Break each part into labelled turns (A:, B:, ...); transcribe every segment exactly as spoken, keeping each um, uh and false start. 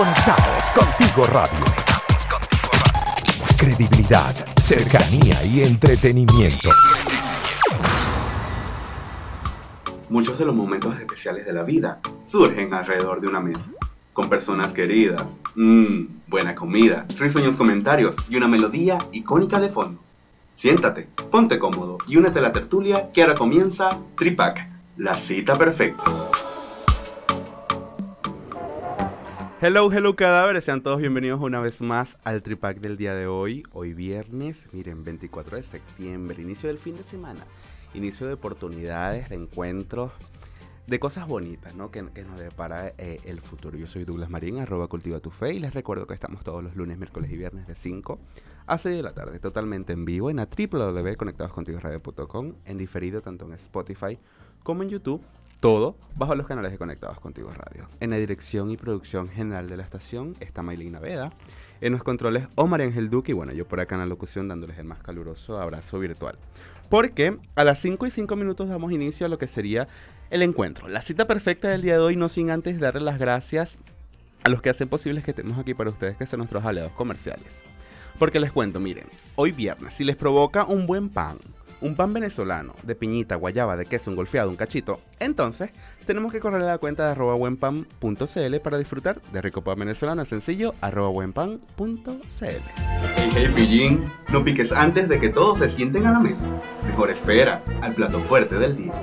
A: Conectados Contigo Radio. Conectados Contigo Radio. Credibilidad, cercanía y entretenimiento.
B: Muchos de los momentos especiales de la vida surgen alrededor de una mesa, con personas queridas, mmm, buena comida, risueños comentarios y una melodía icónica de fondo. Siéntate, ponte cómodo y únete a la tertulia que ahora comienza Tripac, la cita perfecta. Hello, hello cadáveres, sean todos bienvenidos una vez más al Tripac del día de hoy. Hoy viernes, miren, veinticuatro de septiembre, inicio del fin de semana, inicio de oportunidades, de encuentros, de cosas bonitas, ¿no? Que, que nos depara eh, el futuro. Yo soy Douglas Marín, arroba cultiva tu fe, y les recuerdo que estamos todos los lunes, miércoles y viernes de cinco a seis de la tarde, totalmente en vivo en la w w w punto conectados contigo radio punto com, en diferido tanto en Spotify como en YouTube. Todo bajo los canales de Conectados Contigo Radio. En la dirección y producción general de la estación está Maylin Naveda. En los controles, Omar Ángel Duque. Y bueno, yo por acá en la locución dándoles el más caluroso abrazo virtual. Porque a las cinco y cinco minutos damos inicio a lo que sería el encuentro. La cita perfecta del día de hoy, no sin antes darle las gracias a los que hacen posible que estemos aquí para ustedes, que son nuestros aliados comerciales. Porque les cuento, miren, hoy viernes, si les provoca un buen pan, un pan venezolano, de piñita, guayaba, de queso, un golfeado, un cachito, entonces tenemos que correr a la cuenta de arroba buenpan punto cl para disfrutar de rico pan venezolano sencillo, arroba buenpan punto cl. Hey, hey, pillín, no piques antes de que todos se sienten a la mesa. Mejor espera al plato fuerte del día.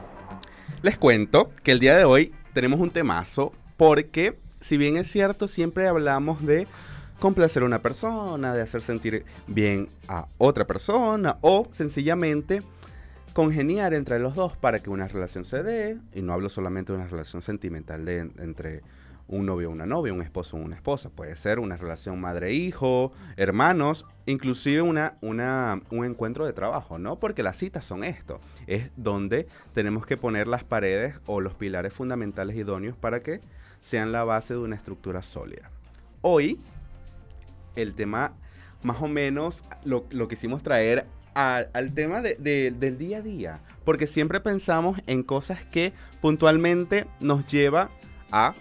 B: Les cuento que el día de hoy tenemos un temazo porque, si bien es cierto, siempre hablamos de complacer a una persona, de hacer sentir bien a otra persona o sencillamente congeniar entre los dos para que una relación se dé, y no hablo solamente de una relación sentimental de, entre un novio o una novia, un esposo o una esposa, puede ser una relación madre-hijo, hermanos, inclusive una, una, un encuentro de trabajo, ¿no? Porque las citas son esto, es donde tenemos que poner las paredes o los pilares fundamentales idóneos para que sean la base de una estructura sólida. Hoy el tema, más o menos, lo, lo quisimos traer a, al tema de, de, del día a día, porque siempre pensamos en cosas que puntualmente nos lleva a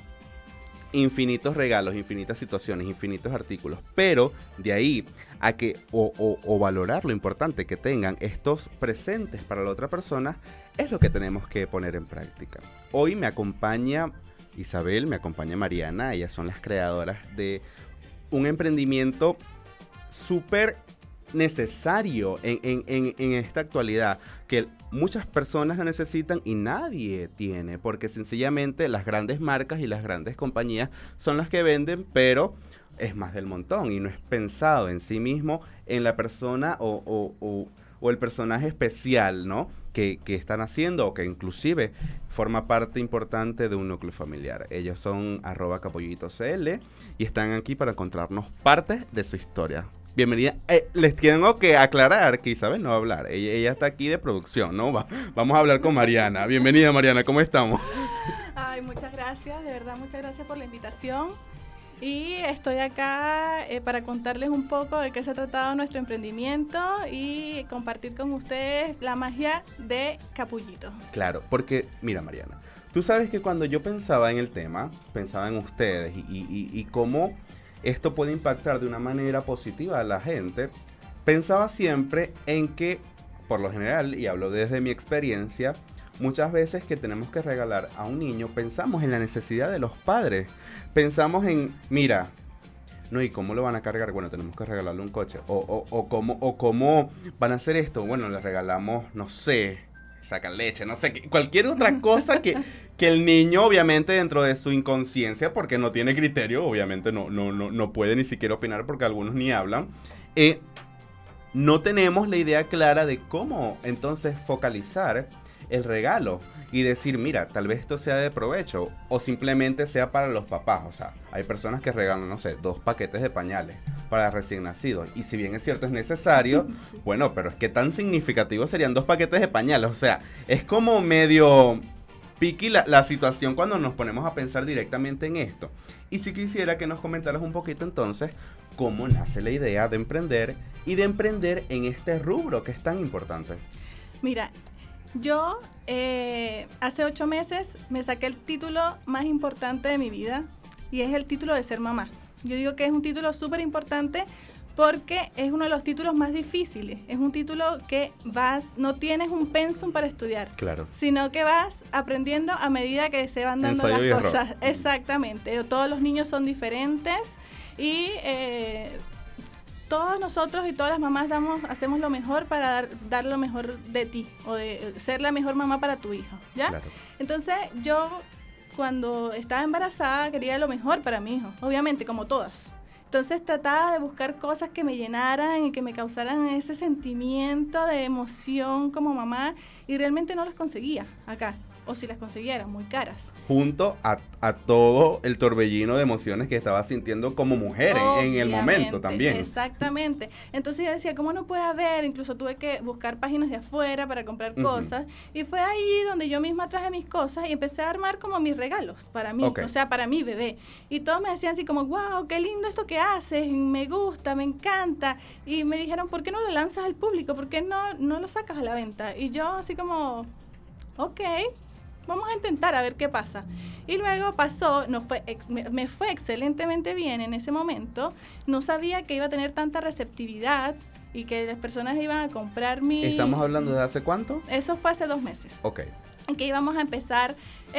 B: infinitos regalos, infinitas situaciones, infinitos artículos, pero de ahí a que, o, o, o valorar lo importante que tengan estos presentes para la otra persona, es lo que tenemos que poner en práctica. Hoy me acompaña Isabel, me acompaña Mariana, ellas son las creadoras de un emprendimiento súper necesario en, en, en, en esta actualidad, que muchas personas la necesitan y nadie tiene, porque sencillamente las grandes marcas y las grandes compañías son las que venden, pero es más del montón y no es pensado en sí mismo, en la persona o, o, o, o el personaje especial, ¿no? Que, que están haciendo o que inclusive forma parte importante de un núcleo familiar. Ellos son arroba capollitoscl y están aquí para contarnos parte de su historia. Bienvenida. Eh, les tengo que aclarar que Isabel no va a hablar. Ella, ella está aquí de producción, ¿no? Va, vamos a hablar con Mariana. Bienvenida, Mariana. ¿Cómo estamos?
C: Ay, muchas gracias. De verdad, muchas gracias por la invitación. Y estoy acá eh, para contarles un poco de qué se ha tratado nuestro emprendimiento y compartir con ustedes la magia de Capullito.
B: Claro, porque, mira, Mariana, tú sabes que cuando yo pensaba en el tema, pensaba en ustedes y, y, y, y cómo esto puede impactar de una manera positiva a la gente, pensaba siempre en que, por lo general, y hablo desde mi experiencia, muchas veces que tenemos que regalar a un niño, pensamos en la necesidad de los padres. Pensamos en, mira, no, ¿y cómo lo van a cargar? Bueno, tenemos que regalarle un coche. O, o, o, cómo, o cómo van a hacer esto. Bueno, le regalamos, no sé, sacan leche, no sé, cualquier otra cosa que, que el niño, obviamente, dentro de su inconsciencia, porque no tiene criterio, obviamente no, no, no, no puede ni siquiera opinar porque algunos ni hablan, eh, no tenemos la idea clara de cómo entonces focalizar el regalo y decir, mira, tal vez esto sea de provecho o simplemente sea para los papás. O sea, hay personas que regalan, no sé, dos paquetes de pañales para recién nacidos, y si bien es cierto es necesario, sí. Bueno, pero es que tan significativo serían dos paquetes de pañales. O sea, es como medio piqui la, la situación cuando nos ponemos a pensar directamente en esto. Y si quisiera que nos comentaras un poquito entonces cómo nace la idea de emprender y de emprender en este rubro que es tan importante.
C: Mira, yo eh, hace ocho meses me saqué el título más importante de mi vida y es el título de ser mamá. Yo digo que es un título súper importante porque es uno de los títulos más difíciles. Es un título que vas, no tienes un pensum para estudiar,
B: claro,
C: sino que vas aprendiendo a medida que se van dando
B: ensayo
C: las
B: y
C: cosas.
B: error.
C: Exactamente. Todos los niños son diferentes y eh, todos nosotros y todas las mamás damos, hacemos lo mejor para dar, dar lo mejor de ti o de ser la mejor mamá para tu hijo, ¿ya?
B: Claro.
C: Entonces yo cuando estaba embarazada quería lo mejor para mi hijo, obviamente como todas. Entonces trataba de buscar cosas que me llenaran y que me causaran ese sentimiento de emoción como mamá y realmente no las conseguía acá. O si las conseguía eran muy caras.
B: Junto a, a todo el torbellino de emociones que estaba sintiendo como mujer en, en el momento también.
C: Exactamente. Entonces yo decía, ¿cómo no puede haber? Incluso tuve que buscar páginas de afuera para comprar uh-huh. cosas. Y fue ahí donde yo misma traje mis cosas y empecé a armar como mis regalos para mí. Okay. O sea, para mi bebé. Y todos me decían así como, wow, qué lindo esto que haces, me gusta, me encanta. Y me dijeron, ¿por qué no lo lanzas al público? ¿Por qué no, no lo sacas a la venta? Y yo así como, ok, vamos a intentar a ver qué pasa. Y luego pasó, no fue ex, me, me fue excelentemente bien en ese momento. No sabía que iba a tener tanta receptividad y que las personas iban a comprar mi...
B: ¿Estamos hablando de hace cuánto?
C: Eso fue hace dos meses.
B: Ok.
C: Que íbamos a empezar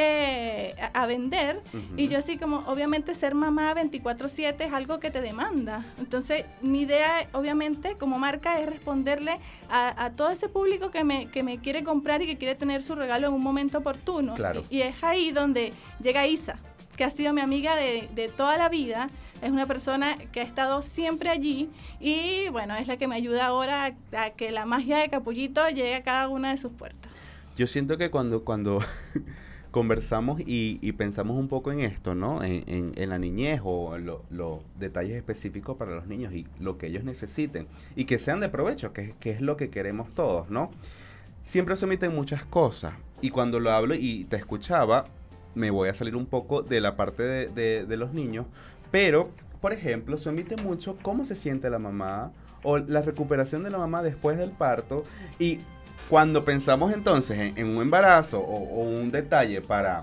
C: eh, a, a vender. Uh-huh. Y yo así como, obviamente ser mamá veinticuatro siete es algo que te demanda. Entonces, mi idea, obviamente, como marca, es responderle a, a todo ese público que me, que me quiere comprar y que quiere tener su regalo en un momento oportuno.
B: Claro.
C: Y, y es ahí donde llega Isa, que ha sido mi amiga de, de toda la vida. Es una persona que ha estado siempre allí y, bueno, es la que me ayuda ahora a, a que la magia de Capullito llegue a cada una de sus puertas.
B: Yo siento que cuando, cuando conversamos y, y pensamos un poco en esto, ¿no? En, en, en la niñez o en los lo detalles específicos para los niños y lo que ellos necesiten y que sean de provecho, que, que es lo que queremos todos, ¿no? Siempre se omiten muchas cosas y cuando lo hablo y te escuchaba, me voy a salir un poco de la parte de, de, de los niños, pero, por ejemplo, se omite mucho cómo se siente la mamá o la recuperación de la mamá después del parto y... Cuando pensamos entonces en, en un embarazo o, o un detalle para,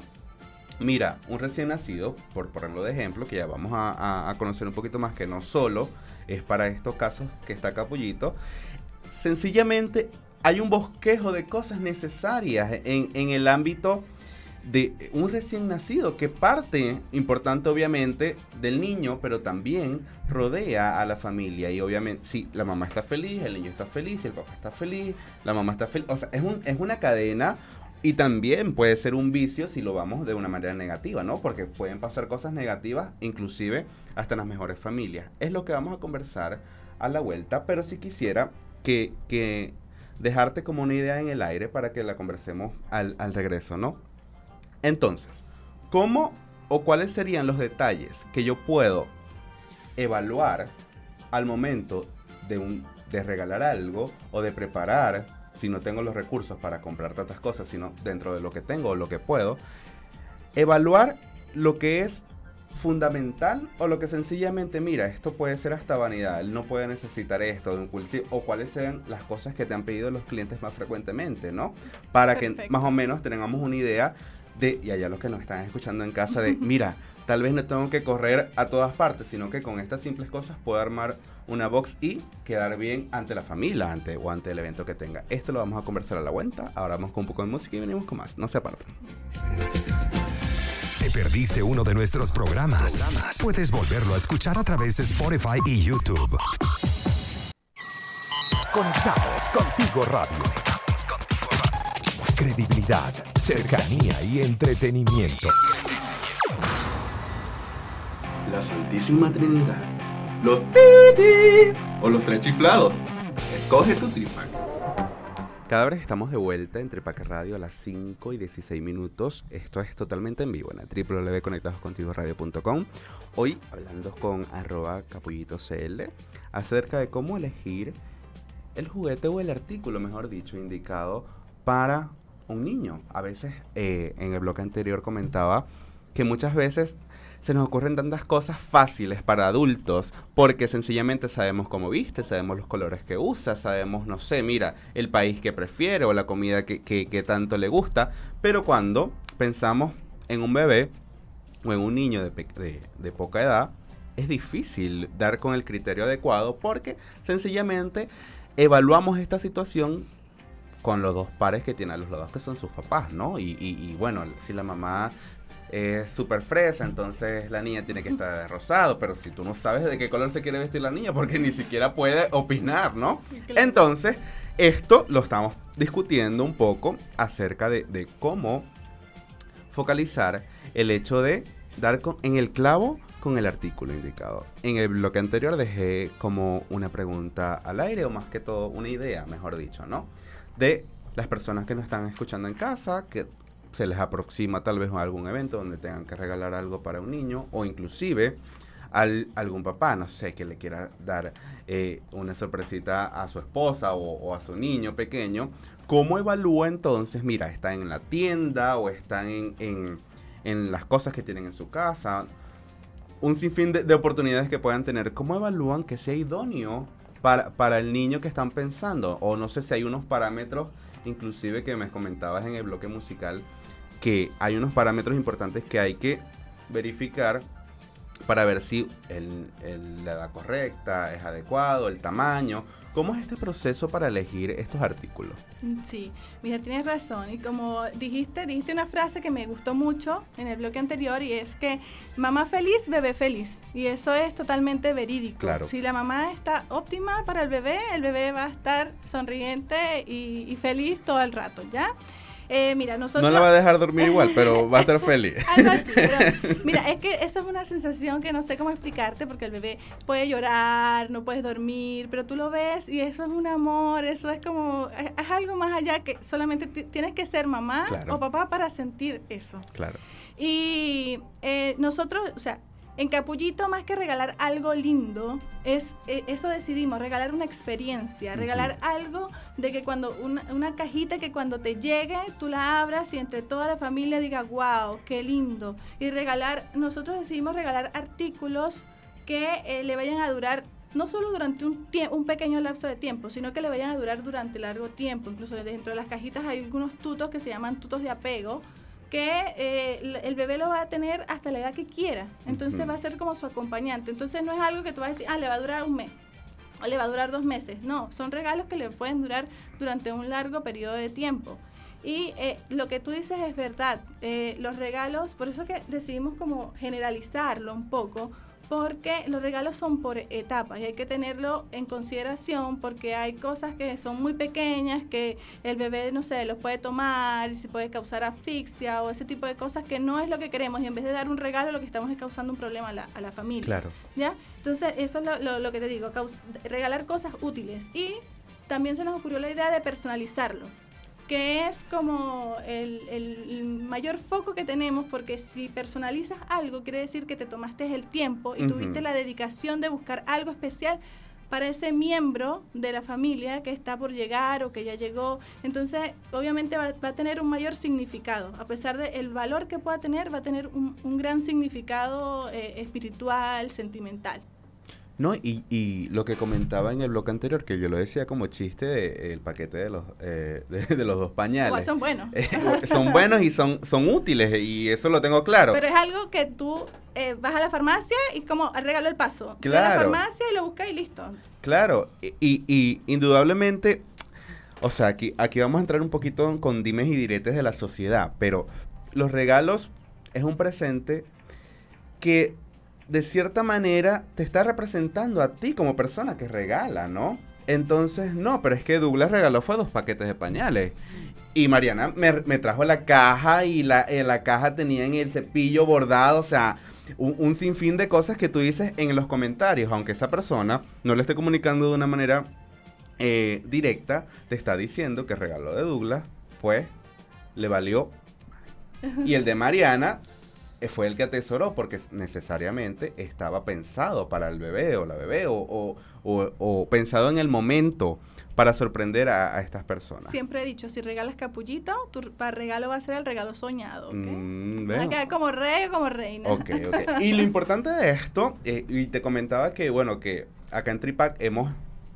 B: mira, un recién nacido, por ponerlo de ejemplo, que ya vamos a, a, a conocer un poquito más, que no solo es para estos casos que está Capullito, sencillamente hay un bosquejo de cosas necesarias en, en el ámbito de un recién nacido, que parte importante obviamente del niño, pero también rodea a la familia y obviamente si la mamá está feliz, el niño está feliz, si el papá está feliz, la mamá está feliz, o sea, es, un, es una cadena y también puede ser un vicio si lo vamos de una manera negativa, ¿no? Porque pueden pasar cosas negativas, inclusive hasta en las mejores familias. Es lo que vamos a conversar a la vuelta, pero si quisiera que, que dejarte como una idea en el aire para que la conversemos al, al regreso, ¿no? Entonces, ¿cómo o cuáles serían los detalles que yo puedo evaluar al momento de, un, de regalar algo o de preparar, si no tengo los recursos para comprar tantas cosas, sino dentro de lo que tengo o lo que puedo, evaluar lo que es fundamental o lo que sencillamente, mira, esto puede ser hasta vanidad, él no puede necesitar esto, impulsivo, o cuáles sean las cosas que te han pedido los clientes más frecuentemente, ¿no? Para Perfecto. Que más o menos tengamos una idea de, y allá los que nos están escuchando en casa, de, mira, tal vez no tengo que correr a todas partes, sino que con estas simples cosas puedo armar una box y quedar bien ante la familia ante, o ante el evento que tenga. Esto lo vamos a conversar a la vuelta. Ahora vamos con un poco de música y venimos con más. No se aparten.
A: ¿Te perdiste uno de nuestros programas? programas? Puedes volverlo a escuchar a través de Spotify y YouTube. Conectados contigo radio. Credibilidad, cercanía y entretenimiento.
B: La Santísima Trinidad, los Piti o los tres chiflados. Escoge tu tripac. Cada vez estamos de vuelta en Tripac Radio a las cinco y dieciséis minutos. Esto es totalmente en vivo en la doble u doble u doble u punto conectados contigo radio punto com. Hoy hablando con arroba capullitocl acerca de cómo elegir el juguete o el artículo, mejor dicho, indicado para un niño. A veces, eh, en el bloque anterior comentaba que muchas veces se nos ocurren tantas cosas fáciles para adultos porque sencillamente sabemos cómo viste, sabemos los colores que usa, sabemos, no sé, mira, el país que prefiere o la comida que, que, que tanto le gusta, pero cuando pensamos en un bebé o en un niño de, pe- de, de poca edad, es difícil dar con el criterio adecuado porque sencillamente evaluamos esta situación con los dos pares que tienen los dos que son sus papás, ¿no? Y, y, y bueno, si la mamá es súper fresa, entonces la niña tiene que estar de rosado, pero si tú no sabes de qué color se quiere vestir la niña, porque ni siquiera puede opinar, ¿no? Claro. Entonces, esto lo estamos discutiendo un poco acerca de, de cómo focalizar el hecho de dar con, en el clavo con el artículo indicado. En el bloque anterior dejé como una pregunta al aire, o más que todo una idea, mejor dicho, ¿no? De las personas que nos están escuchando en casa, que se les aproxima tal vez a algún evento donde tengan que regalar algo para un niño, o inclusive al, algún papá, no sé, que le quiera dar eh, una sorpresita a su esposa o, o a su niño pequeño. ¿Cómo evalúa entonces? Mira, están en la tienda o están en, en, en las cosas que tienen en su casa. Un sinfín de, de oportunidades que puedan tener. ¿Cómo evalúan que sea idóneo para, para el niño que están pensando? O no sé si hay unos parámetros, inclusive que me comentabas en el bloque musical, que hay unos parámetros importantes que hay que verificar para ver si el, el, la edad correcta es adecuado, el tamaño. ¿Cómo es este proceso para elegir estos artículos?
C: Sí, mira, tienes razón. Y como dijiste, dijiste una frase que me gustó mucho en el bloque anterior, y es que mamá feliz, bebé feliz. Y eso es totalmente verídico.
B: Claro.
C: Si la mamá está óptima para el bebé, el bebé va a estar sonriente y, y feliz todo el rato, ¿ya? Eh, mira, nosotros...
B: No la va a dejar dormir igual, pero va a estar feliz.
C: Algo así, pero, mira, es que eso es una sensación que no sé cómo explicarte, porque el bebé puede llorar, no puedes dormir, pero tú lo ves y eso es un amor, eso es como, es, es algo más allá que solamente t- tienes que ser mamá, claro, o papá para sentir eso.
B: Claro.
C: Y eh, nosotros, o sea, en Capullito, más que regalar algo lindo, es eh, eso decidimos, regalar una experiencia, uh-huh. regalar algo de que cuando, una, una cajita que cuando te llegue, tú la abras y entre toda la familia diga, wow, qué lindo. Y regalar, nosotros decidimos regalar artículos que eh, le vayan a durar, no solo durante un, tie- un pequeño lapso de tiempo, sino que le vayan a durar durante largo tiempo. Incluso dentro de las cajitas hay algunos tutos que se llaman tutos de apego, que eh, el bebé lo va a tener hasta la edad que quiera, entonces uh-huh. va a ser como su acompañante, entonces no es algo que tú vas a decir, ah, le va a durar un mes, o le va a durar dos meses, no, son regalos que le pueden durar durante un largo periodo de tiempo. Y eh, lo que tú dices es verdad, eh, los regalos, por eso que decidimos como generalizarlo un poco, porque los regalos son por etapas y hay que tenerlo en consideración porque hay cosas que son muy pequeñas que el bebé, no sé, los puede tomar y se puede causar asfixia o ese tipo de cosas que no es lo que queremos, y en vez de dar un regalo lo que estamos es causando un problema a la, a la familia.
B: Claro. ¿Ya?
C: Entonces eso es lo, lo, lo que te digo, caus- regalar cosas útiles, y también se nos ocurrió la idea de personalizarlo, que es como el, el mayor foco que tenemos, porque si personalizas algo, quiere decir que te tomaste el tiempo y uh-huh. tuviste la dedicación de buscar algo especial para ese miembro de la familia que está por llegar o que ya llegó. Entonces, obviamente va, va a tener un mayor significado. A pesar del valor que pueda tener, va a tener un, un gran significado eh, espiritual, sentimental.
B: No, y, y lo que comentaba en el bloque anterior, que yo lo decía como chiste, de, el paquete de los eh, de, de los dos pañales.
C: Igual son buenos.
B: Eh, son buenos y son, son útiles, y eso lo tengo claro.
C: Pero es algo que tú eh, vas a la farmacia y como regalo el paso.
B: Claro.
C: Vas a la farmacia y lo buscas y listo.
B: Claro, y, y, y indudablemente, o sea, aquí, aquí vamos a entrar un poquito con dimes y diretes de la sociedad, pero los regalos es un presente que de cierta manera te está representando a ti como persona que regala, ¿no? Entonces, no, pero es que Douglas regaló fue dos paquetes de pañales. Y Mariana me, me trajo la caja, y la, en la caja tenían el cepillo bordado, o sea, un, un sinfín de cosas que tú dices en los comentarios, aunque esa persona no le esté comunicando de una manera eh, directa, te está diciendo que el regalo de Douglas, pues, le valió. Y el de Mariana fue el que atesoró porque necesariamente estaba pensado para el bebé o la bebé o, o, o, o pensado en el momento para sorprender a, a estas personas.
C: Siempre he dicho, si regalas capullito, tu regalo va a ser el regalo soñado, ¿ok?
B: Mm,
C: va a quedar como rey o como reina.
B: Ok, ok. Y lo importante de esto, eh, y te comentaba que, bueno, que acá en Tripac hemos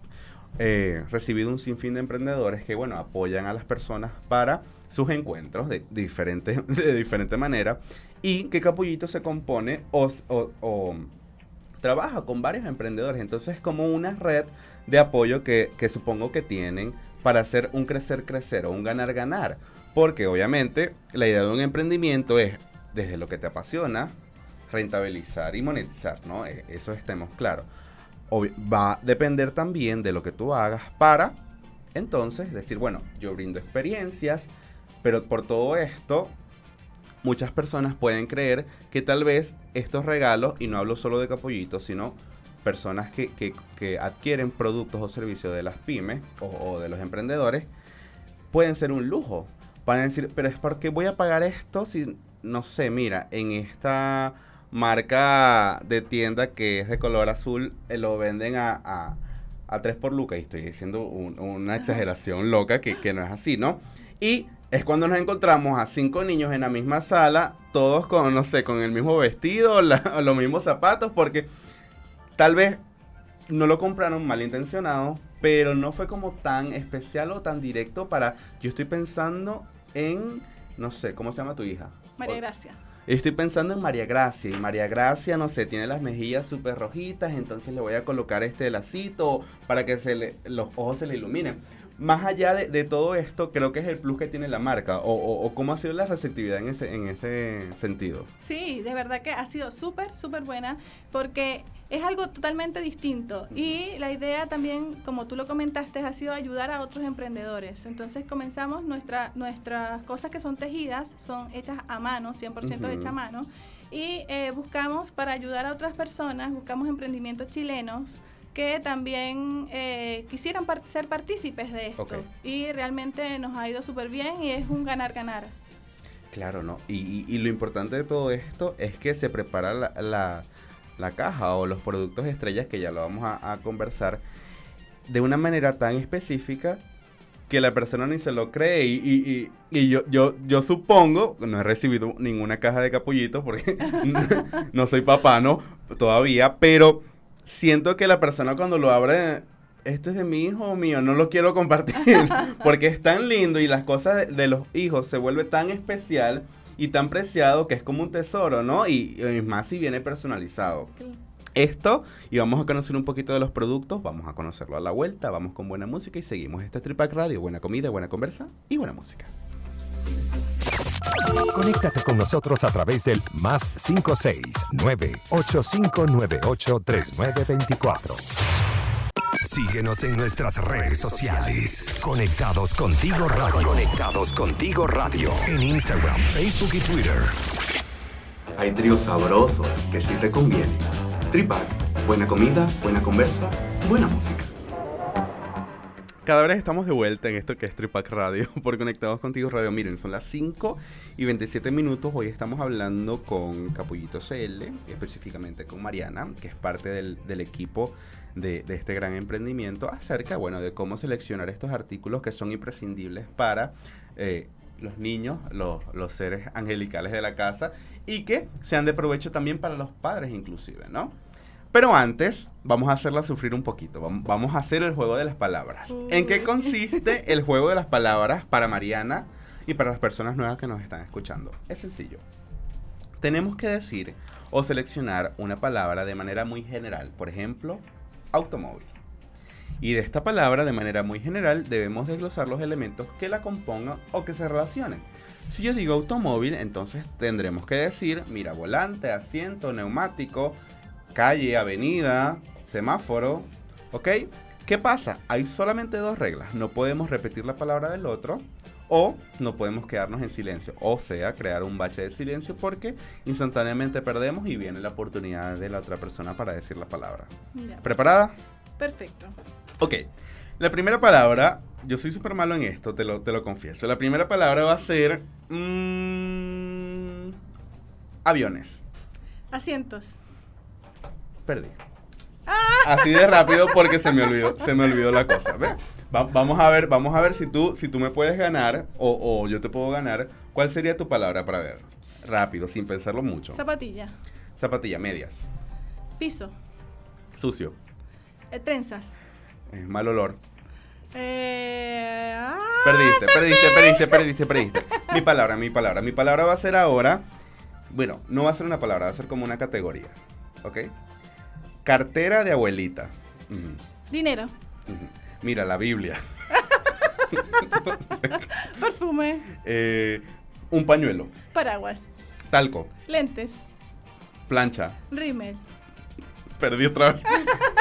B: eh, recibido un sinfín de emprendedores que, bueno, apoyan a las personas para sus encuentros de diferente, de diferente manera. y que Capullito se compone o, o, o trabaja con varios emprendedores. Entonces es como una red de apoyo que, que supongo que tienen para hacer un crecer-crecer o un ganar-ganar. Porque obviamente la idea de un emprendimiento es, desde lo que te apasiona, rentabilizar y monetizar, ¿no? Eso estemos claros. Obvio, va a depender también de lo que tú hagas para, entonces, decir, bueno, yo brindo experiencias, pero por todo esto, muchas personas pueden creer que tal vez estos regalos, y no hablo solo de Capullito, sino personas que, que, que adquieren productos o servicios de las pymes o, o de los emprendedores, pueden ser un lujo. Van a decir, pero es porque voy a pagar esto si, no sé, mira, en esta marca de tienda que es de color azul, eh, lo venden a, a, a tres por lucas, y estoy diciendo un, una exageración loca que, que no es así, ¿no? Y es cuando nos encontramos a cinco niños en la misma sala, todos con, no sé, con el mismo vestido, la, los mismos zapatos, porque tal vez no lo compraron malintencionado, pero no fue como tan especial o tan directo para, yo estoy pensando en, no sé, ¿cómo se llama tu hija?
C: María Gracia.
B: Estoy pensando en María Gracia, y María Gracia, no sé, tiene las mejillas súper rojitas, entonces le voy a colocar este lacito para que se le, los ojos se le iluminen. Más allá de, de todo esto, creo que es el plus que tiene la marca, o, o, o cómo ha sido la receptividad en ese, en ese sentido.
C: Sí, de verdad que ha sido súper, súper buena, porque es algo totalmente distinto. Y la idea también, como tú lo comentaste, ha sido ayudar a otros emprendedores. Entonces comenzamos, nuestra, nuestras cosas que son tejidas, son hechas a mano, cien por ciento uh-huh. hechas a mano, y eh, buscamos para ayudar a otras personas, buscamos emprendimientos chilenos, que también eh, quisieran part- ser partícipes de esto. Okay. Y realmente nos ha ido súper bien y es un ganar-ganar.
B: Claro, ¿no? Y, y, y lo importante de todo esto es que se prepara la, la, la caja o los productos estrellas, que ya lo vamos a, a conversar, de una manera tan específica que la persona ni se lo cree. Y, y, y, y yo, yo, yo supongo, no he recibido ninguna caja de Capullito porque no, no soy papá, ¿no? Todavía, pero siento que la persona cuando lo abre, este es de mi hijo o mío, no lo quiero compartir, porque es tan lindo y las cosas de, de los hijos se vuelve tan especial y tan preciado que es como un tesoro, ¿no? Y, y más si viene personalizado. Sí. Esto, y vamos a conocer un poquito de los productos, vamos a conocerlo a la vuelta, vamos con buena música y seguimos. Este es Tripac Radio, buena comida, buena conversa y buena música.
A: Conéctate con nosotros a través del más cinco seis nueve ocho cinco nueve ocho tres nueve dos cuatro. Síguenos en nuestras redes sociales. Conectados Contigo Radio. Conectados Contigo Radio. En Instagram, Facebook y Twitter.
B: Hay tríos sabrosos que sí te convienen. Tripac, buena comida, buena conversa, buena música. Cada vez estamos de vuelta en esto que es Tripac Radio, por Conectados Contigo Radio. Miren, son las cinco y veintisiete minutos. Hoy estamos hablando con Capullito C L, específicamente con Mariana, que es parte del, del equipo de, de este gran emprendimiento, acerca, bueno, de cómo seleccionar estos artículos que son imprescindibles para eh, los niños, los, los seres angelicales de la casa, y que sean de provecho también para los padres inclusive, ¿no? Pero antes, vamos a hacerla sufrir un poquito. Vamos a hacer el juego de las palabras. Uy. ¿En qué consiste el juego de las palabras para Mariana y para las personas nuevas que nos están escuchando? Es sencillo. Tenemos que decir o seleccionar una palabra de manera muy general. Por ejemplo, automóvil. Y de esta palabra, de manera muy general, debemos desglosar los elementos que la compongan o que se relacionen. Si yo digo automóvil, entonces tendremos que decir, mira, volante, asiento, neumático, calle, avenida, semáforo, ¿ok? ¿Qué pasa? Hay solamente dos reglas. No podemos repetir la palabra del otro o no podemos quedarnos en silencio. O sea, crear un bache de silencio porque instantáneamente perdemos y viene la oportunidad de la otra persona para decir la palabra. Ya. ¿Preparada?
C: Perfecto.
B: Ok. La primera palabra, yo soy súper malo en esto, te lo, te lo confieso. La primera palabra va a ser mmm, aviones.
C: Asientos.
B: Perdí. Así de rápido porque se me olvidó, se me olvidó la cosa. ¿Ve? Va, vamos a ver, vamos a ver si tú, si tú me puedes ganar o, o yo te puedo ganar. ¿Cuál sería tu palabra para ver? Rápido, sin pensarlo mucho.
C: Zapatilla.
B: Zapatilla, medias.
C: Piso.
B: Sucio.
C: Eh, trenzas.
B: Eh, mal olor.
C: Eh, ah,
B: perdiste, perdiste, perdiste, perdiste, perdiste. Mi palabra, mi palabra. Mi palabra va a ser ahora Bueno, no va a ser una palabra, va a ser como una categoría. ¿Ok? Cartera de abuelita. Uh-huh.
C: Dinero.
B: Uh-huh. Mira, la Biblia.
C: Perfume.
B: Eh, un pañuelo.
C: Paraguas.
B: Talco.
C: Lentes.
B: Plancha.
C: Rímel.
B: Perdí otra vez.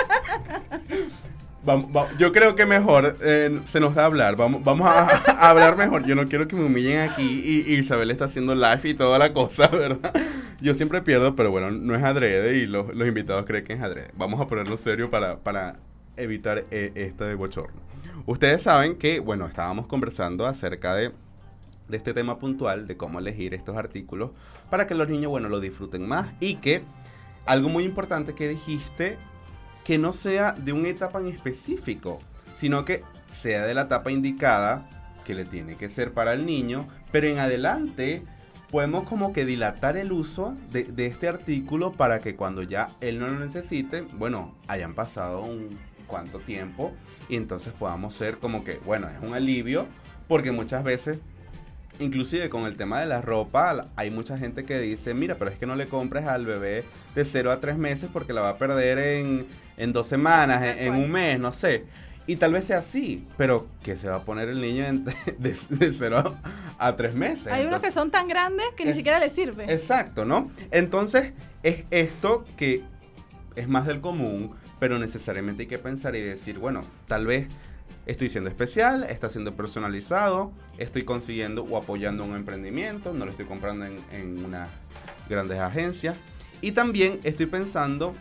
B: Vamos, vamos, yo creo que mejor eh, se nos da hablar. Vamos, vamos a, a hablar mejor. Yo no quiero que me humillen aquí y, y Isabel está haciendo live y toda la cosa, ¿verdad? Yo siempre pierdo, pero bueno, no es adrede y los, los invitados creen que es adrede. Vamos a ponerlo serio para, para evitar eh, este bochorno. Ustedes saben que, bueno, estábamos conversando acerca de, de este tema puntual, de cómo elegir estos artículos para que los niños, bueno, lo disfruten más y que algo muy importante que dijiste, que no sea de una etapa en específico, sino que sea de la etapa indicada, que le tiene que ser para el niño, pero en adelante podemos como que dilatar el uso de, de este artículo para que cuando ya él no lo necesite, bueno, hayan pasado un cuánto tiempo y entonces podamos ser como que, bueno, es un alivio, porque muchas veces, inclusive con el tema de la ropa, hay mucha gente que dice, mira, pero es que no le compres al bebé de cero a tres meses porque la va a perder en, en dos semanas, en, en un mes, no sé. Y tal vez sea así, pero ¿qué se va a poner el niño en, de, de cero a tres meses?
C: Hay unos que son tan grandes que
B: es,
C: ni siquiera les sirve.
B: Exacto, ¿no? Entonces, es esto que es más del común, pero necesariamente hay que pensar y decir, bueno, tal vez estoy siendo especial, está siendo personalizado, estoy consiguiendo o apoyando un emprendimiento, no lo estoy comprando en, en unas grandes agencias. Y también estoy pensando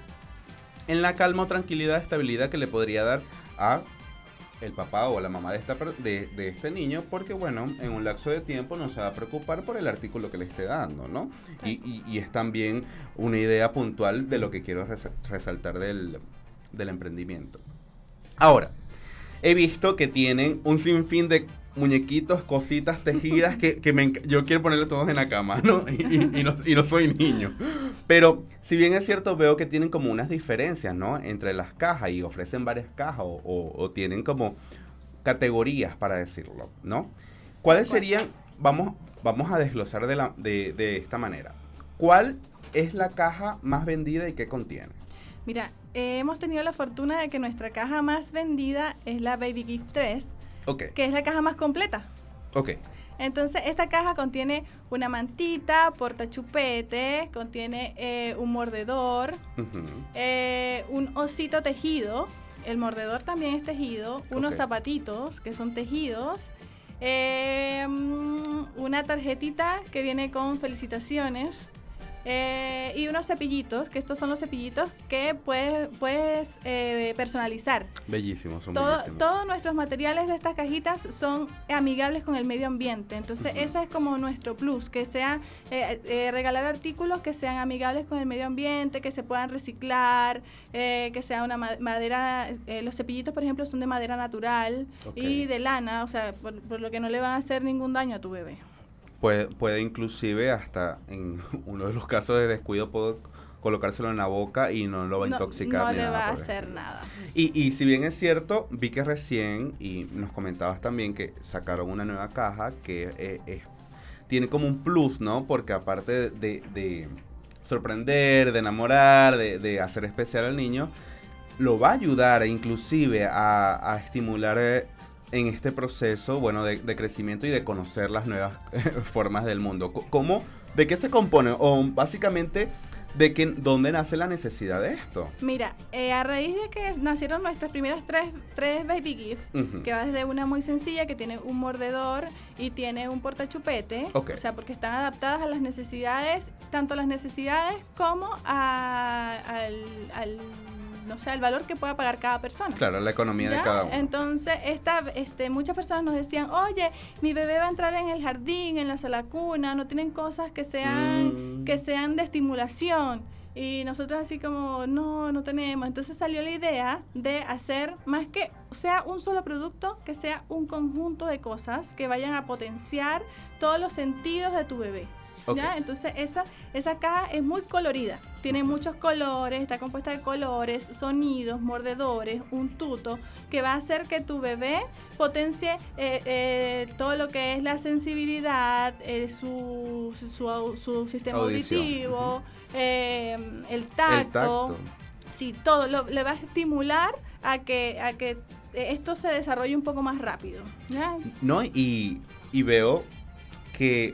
B: en la calma o tranquilidad, estabilidad que le podría dar a el papá o la mamá de, esta, de, de este niño, porque bueno, en un lapso de tiempo no se va a preocupar por el artículo que le esté dando, ¿no? Y, y, y es también una idea puntual de lo que quiero res, resaltar del, del emprendimiento. Ahora, he visto que tienen un sinfín de muñequitos, cositas tejidas que, que me, yo quiero ponerle todos en la cama, ¿no? Y, y, y, no, y no soy niño. Pero si bien es cierto, veo que tienen como unas diferencias, ¿no? Entre las cajas y ofrecen varias cajas o, o, o tienen como categorías, para decirlo, ¿no? ¿Cuáles serían? Vamos, vamos a desglosar de, la, de, de esta manera. ¿Cuál es la caja más vendida y qué contiene?
C: Mira, eh, hemos tenido la fortuna de que nuestra caja más vendida es la Baby Gift tres,
B: okay,
C: que es la caja más completa.
B: Ok.
C: Entonces, esta caja contiene una mantita, portachupete, contiene eh, un mordedor, uh-huh. eh, un osito tejido, el mordedor también es tejido, unos okay. zapatitos que son tejidos, eh, una tarjetita que viene con felicitaciones, Eh, y unos cepillitos, que estos son los cepillitos que puedes, puedes eh, personalizar.
B: Bellísimos, son
C: Todo,
B: bellísimos.
C: Todos nuestros materiales de estas cajitas son amigables con el medio ambiente. Entonces, uh-huh. ese es como nuestro plus, que sean, eh, eh, regalar artículos que sean amigables con el medio ambiente, que se puedan reciclar, eh, que sea una ma- madera, eh, los cepillitos, por ejemplo, son de madera natural okay. y de lana, o sea, por, por lo que no le van a hacer ningún daño a tu bebé.
B: Puede, puede inclusive hasta en uno de los casos de descuido puedo colocárselo en la boca y no lo va a intoxicar.
C: No, no
B: ni
C: le
B: nada
C: va a
B: por
C: hacer
B: ejemplo.
C: nada.
B: Y, y si bien es cierto, vi que recién, y nos comentabas también que sacaron una nueva caja que eh, es, tiene como un plus, ¿no? Porque aparte de, de, de sorprender, de enamorar, de, de hacer especial al niño, lo va a ayudar inclusive a, a estimular... Eh, en este proceso, bueno, de, de crecimiento y de conocer las nuevas formas del mundo. ¿Cómo? ¿De qué se compone? O básicamente, ¿de qué, dónde nace la necesidad de esto?
C: Mira, eh, a raíz de que nacieron nuestras primeras tres, tres Baby Gift, uh-huh. que va desde una muy sencilla, que tiene un mordedor y tiene un portachupete, okay. o sea, porque están adaptadas a las necesidades, tanto las necesidades como a, al... al no sé, el valor que pueda pagar cada persona.
B: Claro, la economía
C: ¿Ya?
B: de cada uno.
C: Entonces, esta, este, muchas personas nos decían, oye, mi bebé va a entrar en el jardín, en la sala cuna, no tienen cosas que sean, mm. que sean de estimulación. Y nosotros así como, no, no tenemos. Entonces salió la idea de hacer más que sea un solo producto, que sea un conjunto de cosas que vayan a potenciar todos los sentidos de tu bebé.
B: Okay.
C: ¿ya? Entonces esa, esa caja es muy colorida, tiene muchos colores, está compuesta de colores, sonidos, mordedores, un tuto, que va a hacer que tu bebé potencie eh, eh, todo lo que es la sensibilidad, eh, su, su, su, su sistema
B: Audición.
C: auditivo,
B: Uh-huh.
C: eh, el tacto,
B: el tacto.
C: Sí, todo lo, le va a estimular a que, a que esto se desarrolle un poco más rápido, ¿ya?
B: No, y, y veo que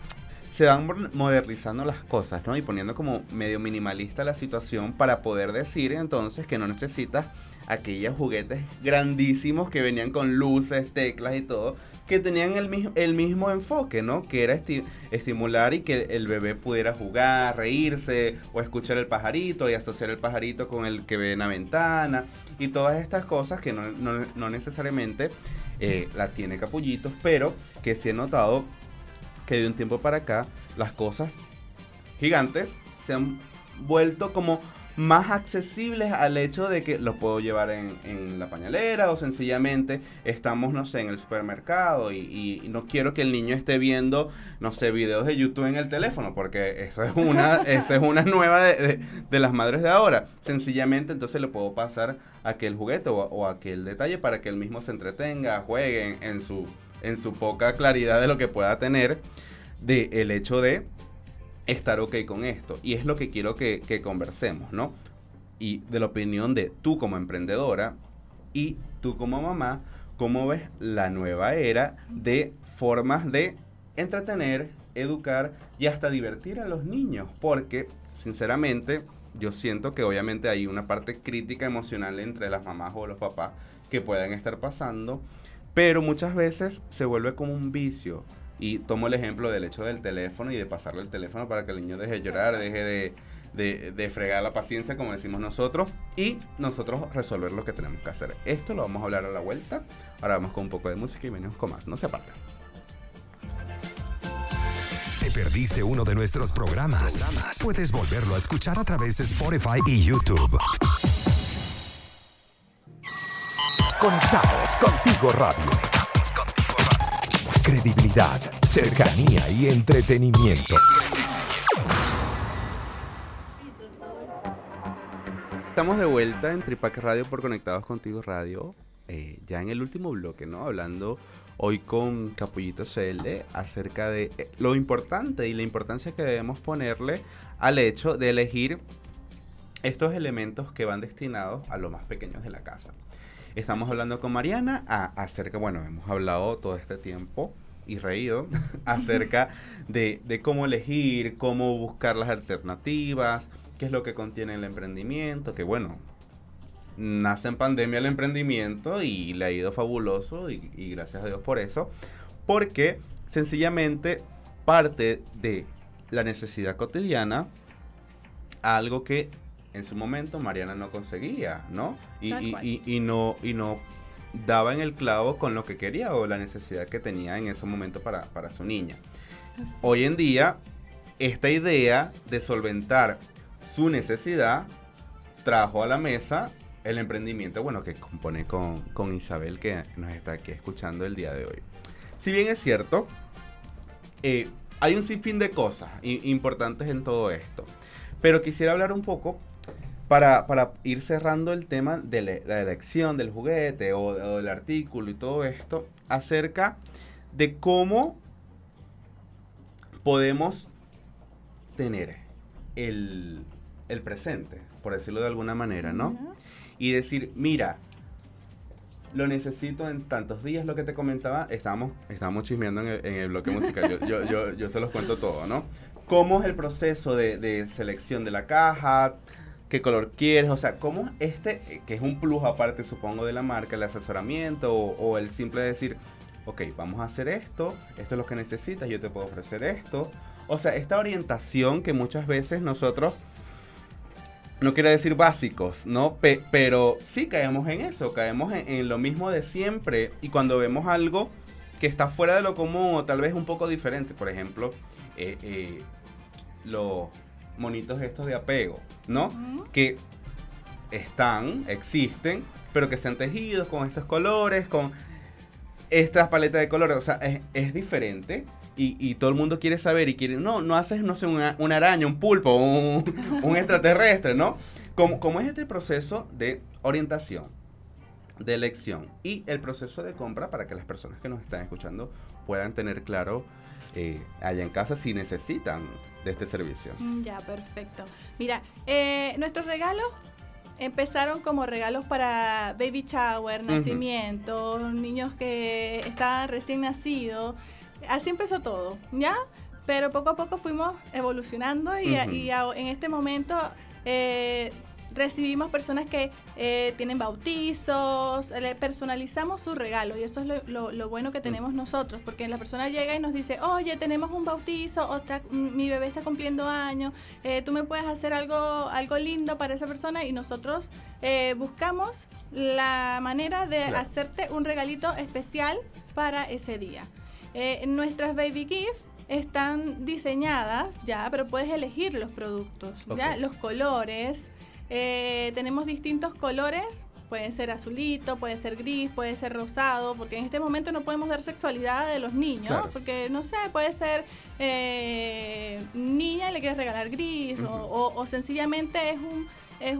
B: se van modernizando las cosas, ¿no? Y poniendo como medio minimalista la situación para poder decir entonces que no necesitas aquellos juguetes grandísimos que venían con luces, teclas y todo, que tenían el mismo, el mismo enfoque, ¿no? Que era esti- estimular y que el bebé pudiera jugar, reírse o escuchar el pajarito y asociar el pajarito con el que ve en la ventana y todas estas cosas que no, no, no necesariamente eh, la tiene Capullitos, pero que sí he notado que de un tiempo para acá las cosas gigantes se han vuelto como más accesibles al hecho de que lo puedo llevar en, en la pañalera o sencillamente estamos, no sé, en el supermercado y, y, y no quiero que el niño esté viendo, no sé, videos de YouTube en el teléfono porque eso es una, esa es una nueva de, de, de las madres de ahora. Sencillamente entonces le puedo pasar aquel juguete o, o aquel detalle para que él mismo se entretenga, juegue en, en su en su poca claridad de lo que pueda tener de el hecho de estar ok con esto. Y es lo que quiero que, que conversemos, ¿no? Y de la opinión de tú como emprendedora y tú como mamá, ¿cómo ves la nueva era de formas de entretener, educar y hasta divertir a los niños? Porque, sinceramente, yo siento que obviamente hay una parte crítica emocional entre las mamás o los papás que puedan estar pasando, pero muchas veces se vuelve como un vicio. Y tomo el ejemplo del hecho del teléfono y de pasarle el teléfono para que el niño deje de llorar, deje de, de, de fregar la paciencia, como decimos nosotros, y nosotros resolver lo que tenemos que hacer. Esto lo vamos a hablar a la vuelta. Ahora vamos con un poco de música y venimos con más. No se aparten.
A: ¿Te perdiste uno de nuestros programas? Puedes volverlo a escuchar a través de Spotify y YouTube. Conectados contigo radio. Credibilidad, cercanía y entretenimiento.
B: Estamos de vuelta en Tripac Radio por Conectados Contigo Radio. Eh, ya en el último bloque, ¿no? Hablando hoy con Capullito C L acerca de eh, lo importante y la importancia que debemos ponerle al hecho de elegir estos elementos que van destinados a los más pequeños de la casa. Estamos hablando con Mariana a, acerca, bueno, hemos hablado todo este tiempo y reído acerca de, de cómo elegir, cómo buscar las alternativas, qué es lo que contiene el emprendimiento, que bueno, nace en pandemia el emprendimiento y le ha ido fabuloso y, y gracias a Dios por eso, porque sencillamente parte de la necesidad cotidiana a algo que en su momento Mariana no conseguía, ¿no? Y, y, y, y no y no daba en el clavo con lo que quería o la necesidad que tenía en ese momento para, para su niña. Así. Hoy en día, esta idea de solventar su necesidad trajo a la mesa el emprendimiento, bueno, que compone con, con Isabel, que nos está aquí escuchando el día de hoy. Si bien es cierto, eh, hay un sinfín de cosas importantes en todo esto, pero quisiera hablar un poco Para, para ir cerrando el tema de le, la elección del juguete o, o del artículo y todo esto, acerca de cómo podemos tener el, el presente, por decirlo de alguna manera, ¿no? Uh-huh. Y decir, mira, lo necesito en tantos días, lo que te comentaba, estábamos, estábamos chismeando en el, en el bloque musical, yo, yo, yo, yo se los cuento todo, ¿no? ¿Cómo es el proceso de, de selección de la caja? ¿Qué color quieres? O sea, ¿cómo este, que es un plus aparte, supongo, de la marca, el asesoramiento o, o el simple decir, ok, vamos a hacer esto, esto es lo que necesitas, yo te puedo ofrecer esto? O sea, esta orientación que muchas veces nosotros, no quiero decir básicos, ¿no? Pe- pero sí caemos en eso, caemos en, en lo mismo de siempre. Y cuando vemos algo que está fuera de lo común o tal vez un poco diferente, por ejemplo, eh, eh, los monitos estos de apego, ¿no? Uh-huh. Que están, existen, pero que sean tejidos con estos colores, con estas paletas de colores. O sea, es, es diferente y, y todo el mundo quiere saber y quiere, no, no haces, no sé, una, una araña, un pulpo, un, un extraterrestre, ¿no? ¿Cómo, ¿Cómo es este proceso de orientación, de elección y el proceso de compra para que las personas que nos están escuchando puedan tener claro eh, allá en casa si necesitan de este servicio?
C: Ya, perfecto. Mira, eh, nuestros regalos empezaron como regalos para baby shower, nacimientos, uh-huh. niños que estaban recién nacidos. Así empezó todo, ¿ya? Pero poco a poco fuimos evolucionando y, uh-huh. y a, en este momento eh, recibimos personas que eh, tienen bautizos, le personalizamos su regalo y eso es lo, lo, lo bueno que tenemos nosotros, porque la persona llega y nos dice, oye, tenemos un bautizo, o está, mi bebé está cumpliendo años, eh, tú me puedes hacer algo, algo lindo para esa persona y nosotros eh, buscamos la manera de claro. hacerte un regalito especial para ese día. Eh, nuestras baby gifts están diseñadas ya, pero puedes elegir los productos, okay. ya, los colores. Eh, tenemos distintos colores, puede ser azulito, puede ser gris, puede ser rosado, porque en este momento no podemos dar sexualidad de los niños, claro. porque no sé, puede ser eh, niña y le quieres regalar gris, uh-huh. o, o, o sencillamente es un es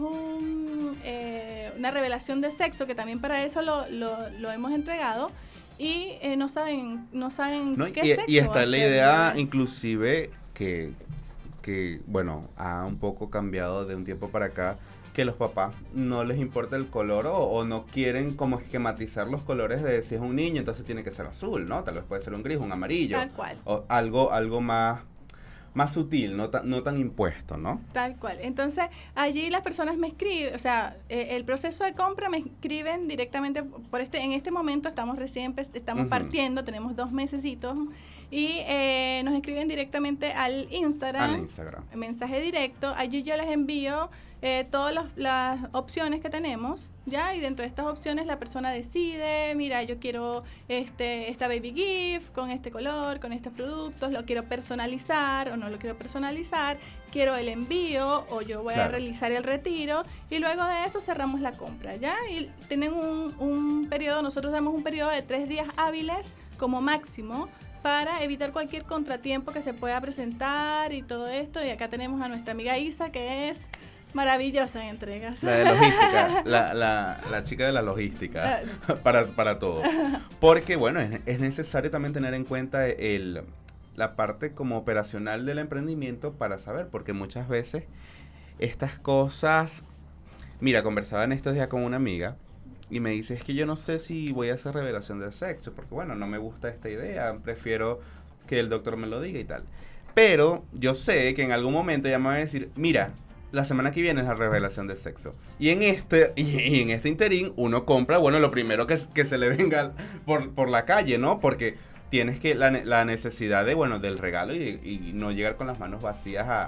C: un eh, una revelación de sexo, que también para eso lo, lo, lo hemos entregado, y eh, no saben, no saben
B: no,
C: qué
B: y,
C: sexo
B: y está la idea,
C: hacer.
B: inclusive, que que, bueno, ha un poco cambiado de un tiempo para acá, que los papás no les importa el color o, o no quieren como esquematizar los colores de si es un niño, entonces tiene que ser azul, ¿no? Tal vez puede ser un gris, un amarillo.
C: Tal cual.
B: O algo, algo más, más sutil, no, ta, no tan impuesto, ¿no?
C: Tal cual. Entonces, allí las personas me escriben, o sea, eh, el proceso de compra me escriben directamente por este, en este momento estamos recién, estamos uh-huh. partiendo, tenemos dos mesecitos, y eh, nos escriben directamente al Instagram,
B: al Instagram,
C: mensaje directo. Allí yo les envío eh, todas las, las opciones que tenemos, ya, y dentro de estas opciones la persona decide, mira, yo quiero este esta baby gift con este color, con estos productos, lo quiero personalizar o no lo quiero personalizar, quiero el envío o yo voy claro. a realizar el retiro, y luego de eso cerramos la compra, ya, y tienen un, un periodo, nosotros damos un periodo de tres días hábiles como máximo, para evitar cualquier contratiempo que se pueda presentar y todo esto. Y acá tenemos a nuestra amiga Isa, que es maravillosa en entregas.
B: La de logística, la, la, la chica de la logística, para, para todo. Porque, bueno, es, es necesario también tener en cuenta el, la parte como operacional del emprendimiento para saber, porque muchas veces estas cosas... Mira, conversaba en estos días con una amiga, y me dice, es que yo no sé si voy a hacer revelación de sexo, porque bueno, no me gusta esta idea, prefiero que el doctor me lo diga y tal. Pero yo sé que en algún momento ella me va a decir, mira, la semana que viene es la revelación de sexo. Y en este y en este interín uno compra, bueno, lo primero que, que se le venga por, por la calle, ¿no? Porque tienes que la, la necesidad de, bueno, del regalo y, y no llegar con las manos vacías a,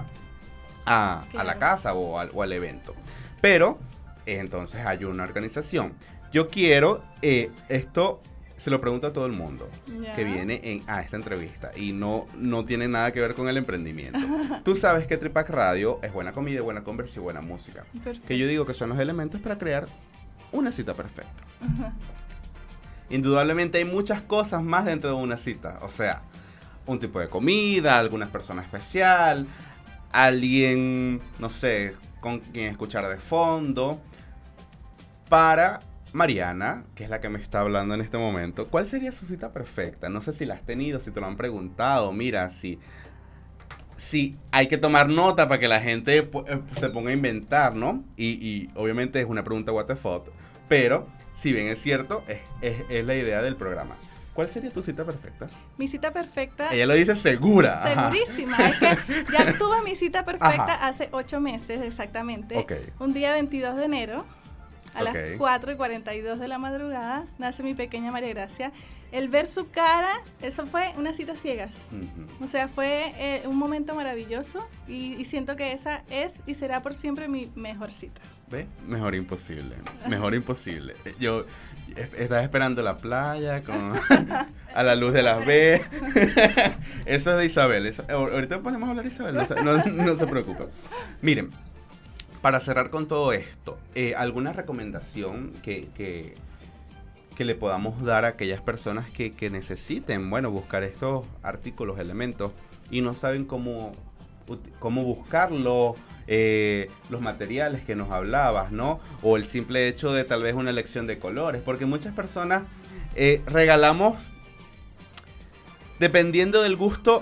B: a, claro. a la casa o al, o al evento. Pero... entonces hay una organización. Yo quiero, eh, esto se lo pregunto a todo el mundo yeah. que viene en, a esta entrevista y no, no tiene nada que ver con el emprendimiento. Tú sabes que Tripac Radio es buena comida, buena conversa y buena música. Perfecto. Que yo digo que son los elementos para crear una cita perfecta. Uh-huh. Indudablemente hay muchas cosas más dentro de una cita. O sea, un tipo de comida, alguna persona especial, alguien, no sé, con quien escuchar de fondo. Para Mariana, que es la que me está hablando en este momento, ¿cuál sería su cita perfecta? No sé si la has tenido, si te lo han preguntado. Mira, si, si hay que tomar nota para que la gente se ponga a inventar, ¿no? Y, y obviamente es una pregunta what the fuck, pero si bien es cierto, es, es, es la idea del programa. ¿Cuál sería tu cita perfecta?
C: Mi cita perfecta...
B: Ella lo dice segura.
C: Segurísima. Ajá. Es que ya tuve mi cita perfecta Ajá. hace ocho meses exactamente.
B: Okay.
C: Un día veintidós de enero. A
B: okay.
C: las cuatro y cuarenta y dos de la madrugada nace mi pequeña María Gracia. El ver su cara, eso fue una cita ciegas. Uh-huh. O sea, fue eh, un momento maravilloso y, y siento que esa es y será por siempre mi mejor cita.
B: ¿Ve? Mejor imposible. Mejor imposible. Yo estaba esperando la playa con a la luz de las velas. Eso es de Isabel. Eso, ahorita ponemos a hablar de Isabel. No, no, no se preocupen. Miren. Para cerrar con todo esto, eh, ¿alguna recomendación que, que, que le podamos dar a aquellas personas que, que necesiten, bueno, buscar estos artículos, elementos, y no saben cómo, cómo buscarlo, eh, los materiales que nos hablabas, ¿no? O el simple hecho de tal vez una elección de colores, porque muchas personas eh, regalamos dependiendo del gusto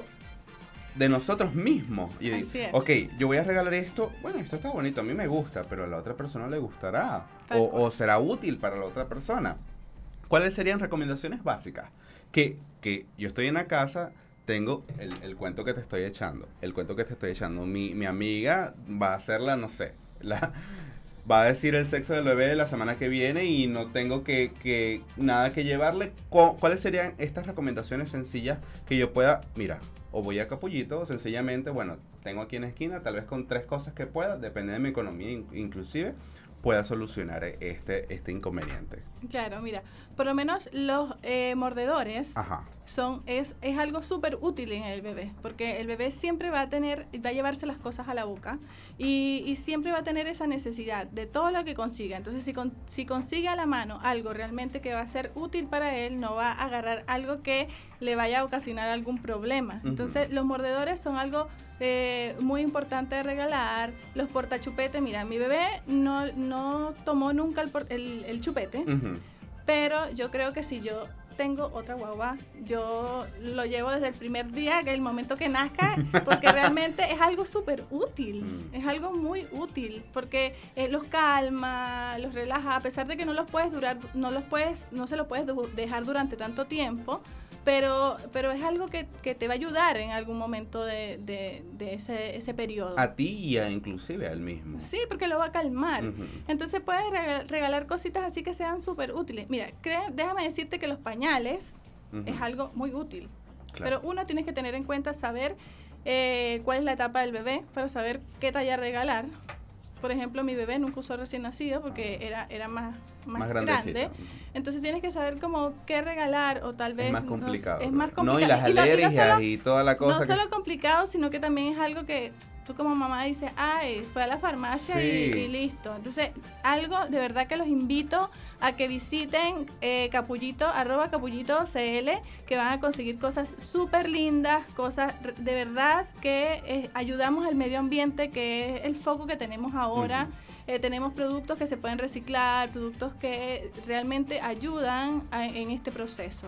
B: de nosotros mismos. Y
C: Así es.
B: ok, yo voy a regalar esto, bueno, esto está bonito, a mí me gusta, pero a la otra persona le gustará, o, o será útil para la otra persona. ¿Cuáles serían recomendaciones básicas? Que, que yo estoy en la casa, tengo el, el cuento que te estoy echando, el cuento que te estoy echando, mi, mi amiga va a hacerla, no sé, la... va a decir el sexo del bebé la semana que viene y no tengo que, que nada que llevarle. ¿Cuáles serían estas recomendaciones sencillas que yo pueda, mira, o voy a Capullito o sencillamente, bueno, tengo aquí en la esquina, tal vez con tres cosas que pueda, depende de mi economía inclusive, pueda solucionar este, este inconveniente?
C: Claro, mira, por lo menos los eh, mordedores
B: Ajá.
C: son es, es algo súper útil en el bebé, porque el bebé siempre va a tener, va a llevarse las cosas a la boca y, y siempre va a tener esa necesidad de todo lo que consiga. Entonces, si, con, si consigue a la mano algo realmente que va a ser útil para él, no va a agarrar algo que le vaya a ocasionar algún problema. Uh-huh. Entonces, los mordedores son algo eh, muy importante de regalar. Los portachupetes, mira, mi bebé no, no tomó nunca el, el, el chupete, uh-huh. pero yo creo que si yo tengo otra guagua, yo lo llevo desde el primer día, el momento que nazca, porque realmente es algo súper útil, mm. es algo muy útil, porque eh, los calma, los relaja, a pesar de que no los puedes durar, no los puedes, no se los puedes dejar durante tanto tiempo, pero pero es algo que, que te va a ayudar en algún momento de, de, de ese, ese periodo.
B: A ti y a, inclusive al mismo.
C: Sí, porque lo va a calmar. Uh-huh. Entonces puedes regalar, regalar cositas así que sean súper útiles. Mira, cre- déjame decirte que los pañales uh-huh. es algo muy útil. Claro. Pero uno tiene que tener en cuenta saber eh, cuál es la etapa del bebé para saber qué talla regalar. Por ejemplo, mi bebé nunca usó recién nacido porque era, era más, más, más grande. Entonces tienes que saber como qué regalar o tal vez...
B: Es más complicado.
C: No, es más complicado.
B: No, y las alergias y, no, y, no solo, y toda la cosa.
C: No
B: que...
C: solo complicado, sino que también es algo que tú como mamá dices, ay, fue a la farmacia sí. y, y listo. Entonces, algo de verdad que los invito a que visiten eh, Capullito, arroba Capullito C L, que van a conseguir cosas súper lindas, cosas de verdad que eh, ayudamos al medio ambiente, que es el foco que tenemos ahora. Uh-huh. Eh, tenemos productos que se pueden reciclar, productos que realmente ayudan a, en este proceso.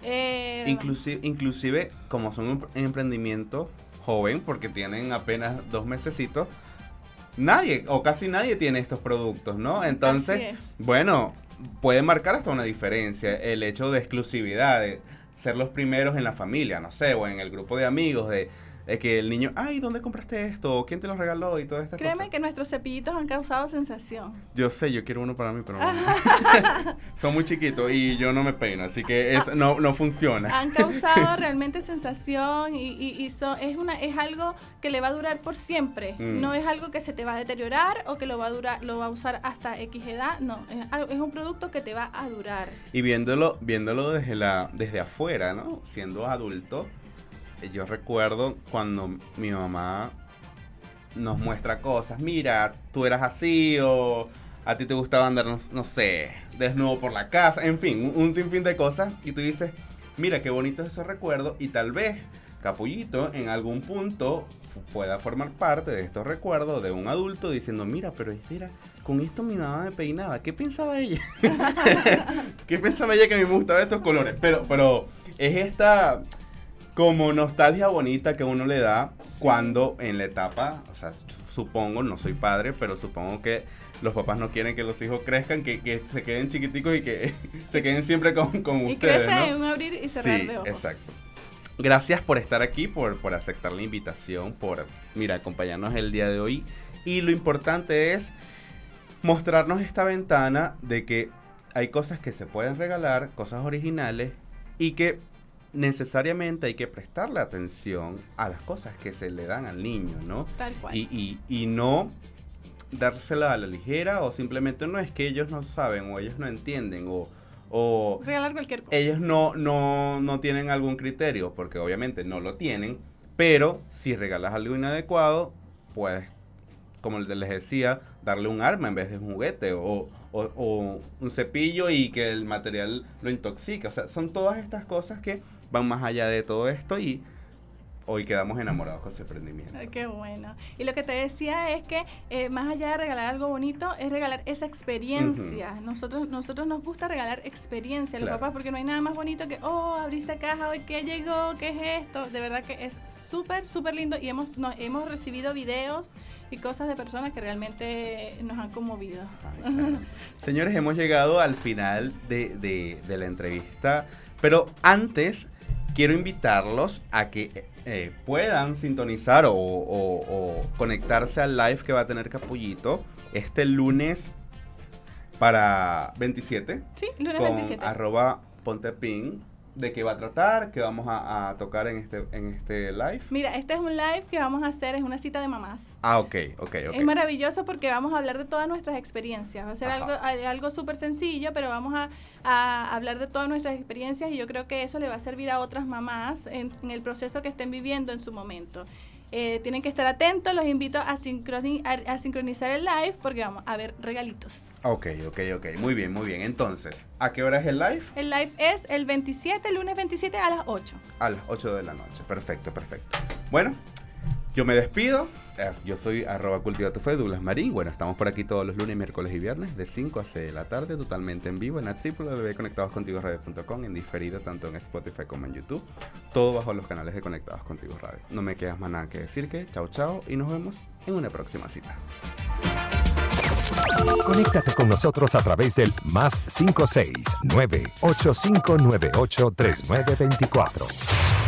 C: Eh,
B: inclusive, inclusive, como son un emprendimiento joven, porque tienen apenas dos mesecitos, nadie o casi nadie tiene estos productos, ¿no? Entonces, bueno, puede marcar hasta una diferencia el hecho de exclusividad, de ser los primeros en la familia, no sé, o en el grupo de amigos, de, de que el niño, ay, ¿dónde compraste esto? ¿Quién te lo regaló? Y todas estas cosas.
C: Créeme que nuestros cepillitos han causado sensación.
B: Yo sé, yo quiero uno para mí, pero son muy chiquitos y yo no me peino, así que es, no, no funciona.
C: Han causado realmente sensación y, y, y so, es, una, es algo que le va a durar por siempre. Mm. No es algo que se te va a deteriorar o que lo va a durar, lo va a usar hasta X edad. No, es, es un producto que te va a durar.
B: Y viéndolo, viéndolo desde, la, desde afuera, ¿no? Siendo adulto, yo recuerdo cuando mi mamá nos muestra cosas, mira, tú eras así, o a ti te gustaba andar, no, no sé, desnudo por la casa, en fin, un, un sinfín de cosas, y tú dices, mira, qué bonito es ese recuerdo, y tal vez Capullito en algún punto pueda formar parte de estos recuerdos de un adulto diciendo, mira, pero este era, con esto mi mamá me peinaba, ¿qué pensaba ella? ¿Qué pensaba ella que a mí me gustaban estos colores? Pero, pero es esta... como nostalgia bonita que uno le da sí. cuando en la etapa, o sea, supongo, no soy padre, pero supongo que los papás no quieren que los hijos crezcan, que, que se queden chiquiticos y que se queden siempre con, con
C: y
B: ustedes,
C: crece
B: ¿no?
C: en un abrir y cerrar
B: sí,
C: de ojos.
B: Exacto. Gracias por estar aquí, por, por aceptar la invitación, por, mira, acompañarnos el día de hoy. Y lo importante es mostrarnos esta ventana de que hay cosas que se pueden regalar, cosas originales, y que necesariamente hay que prestarle atención a las cosas que se le dan al niño, ¿no?
C: Tal cual.
B: Y, y, y no dársela a la ligera, o simplemente no es que ellos no saben o ellos no entienden o, o
C: regalar cualquier cosa.
B: Ellos no, no, no tienen algún criterio, porque obviamente no lo tienen, pero si regalas algo inadecuado, puedes como les decía, darle un arma en vez de un juguete o, o, o un cepillo y que el material lo intoxique. O sea, son todas estas cosas que van más allá de todo esto y hoy quedamos enamorados con ese emprendimiento.
C: Ay, qué bueno. Y lo que te decía es que eh, más allá de regalar algo bonito, es regalar esa experiencia. Uh-huh. Nosotros nosotros nos gusta regalar experiencia a los claro. papás, porque no hay nada más bonito que, oh, abriste caja, hoy qué llegó, qué es esto. De verdad que es súper, súper lindo y hemos, no, hemos recibido videos y cosas de personas que realmente nos han conmovido.
B: Ay, claro. Señores, hemos llegado al final de, de, de la entrevista, pero antes quiero invitarlos a que eh, puedan sintonizar o, o, o conectarse al live que va a tener Capullito este lunes para veintisiete.
C: Sí, lunes
B: con
C: veintisiete.
B: Arroba Pontepin. ¿De qué va a tratar? ¿Qué vamos a, a tocar en este, en este live?
C: Mira, este es un live que vamos a hacer, es una cita de mamás.
B: Ah, ok, ok, ok.
C: Es maravilloso porque vamos a hablar de todas nuestras experiencias. Va a ser Ajá. algo, algo súper sencillo, pero vamos a, a hablar de todas nuestras experiencias y yo creo que eso le va a servir a otras mamás en, en el proceso que estén viviendo en su momento. Eh, tienen que estar atentos, los invito a, sincroni- a, a sincronizar el live porque vamos a ver regalitos.
B: Ok, ok, ok, muy bien, muy bien. Entonces, ¿a qué hora es el live?
C: El live es el veintisiete, lunes veintisiete a las ocho.
B: A las ocho de la noche, perfecto, perfecto. Bueno, yo me despido, yo soy arroba cultiva tu fe, Douglas Marín. Bueno, estamos por aquí todos los lunes, miércoles y viernes de cinco a seis de la tarde, totalmente en vivo en la w w w punto conectados contigo radio punto com, en diferido tanto en Spotify como en YouTube, todo bajo los canales de Conectados Contigo Radio. No me quedas más nada que decir que chao chao y nos vemos en una próxima cita.
A: Conéctate con nosotros a través del más cinco seis nueve ocho cinco nueve ocho tres nueve dos cuatro.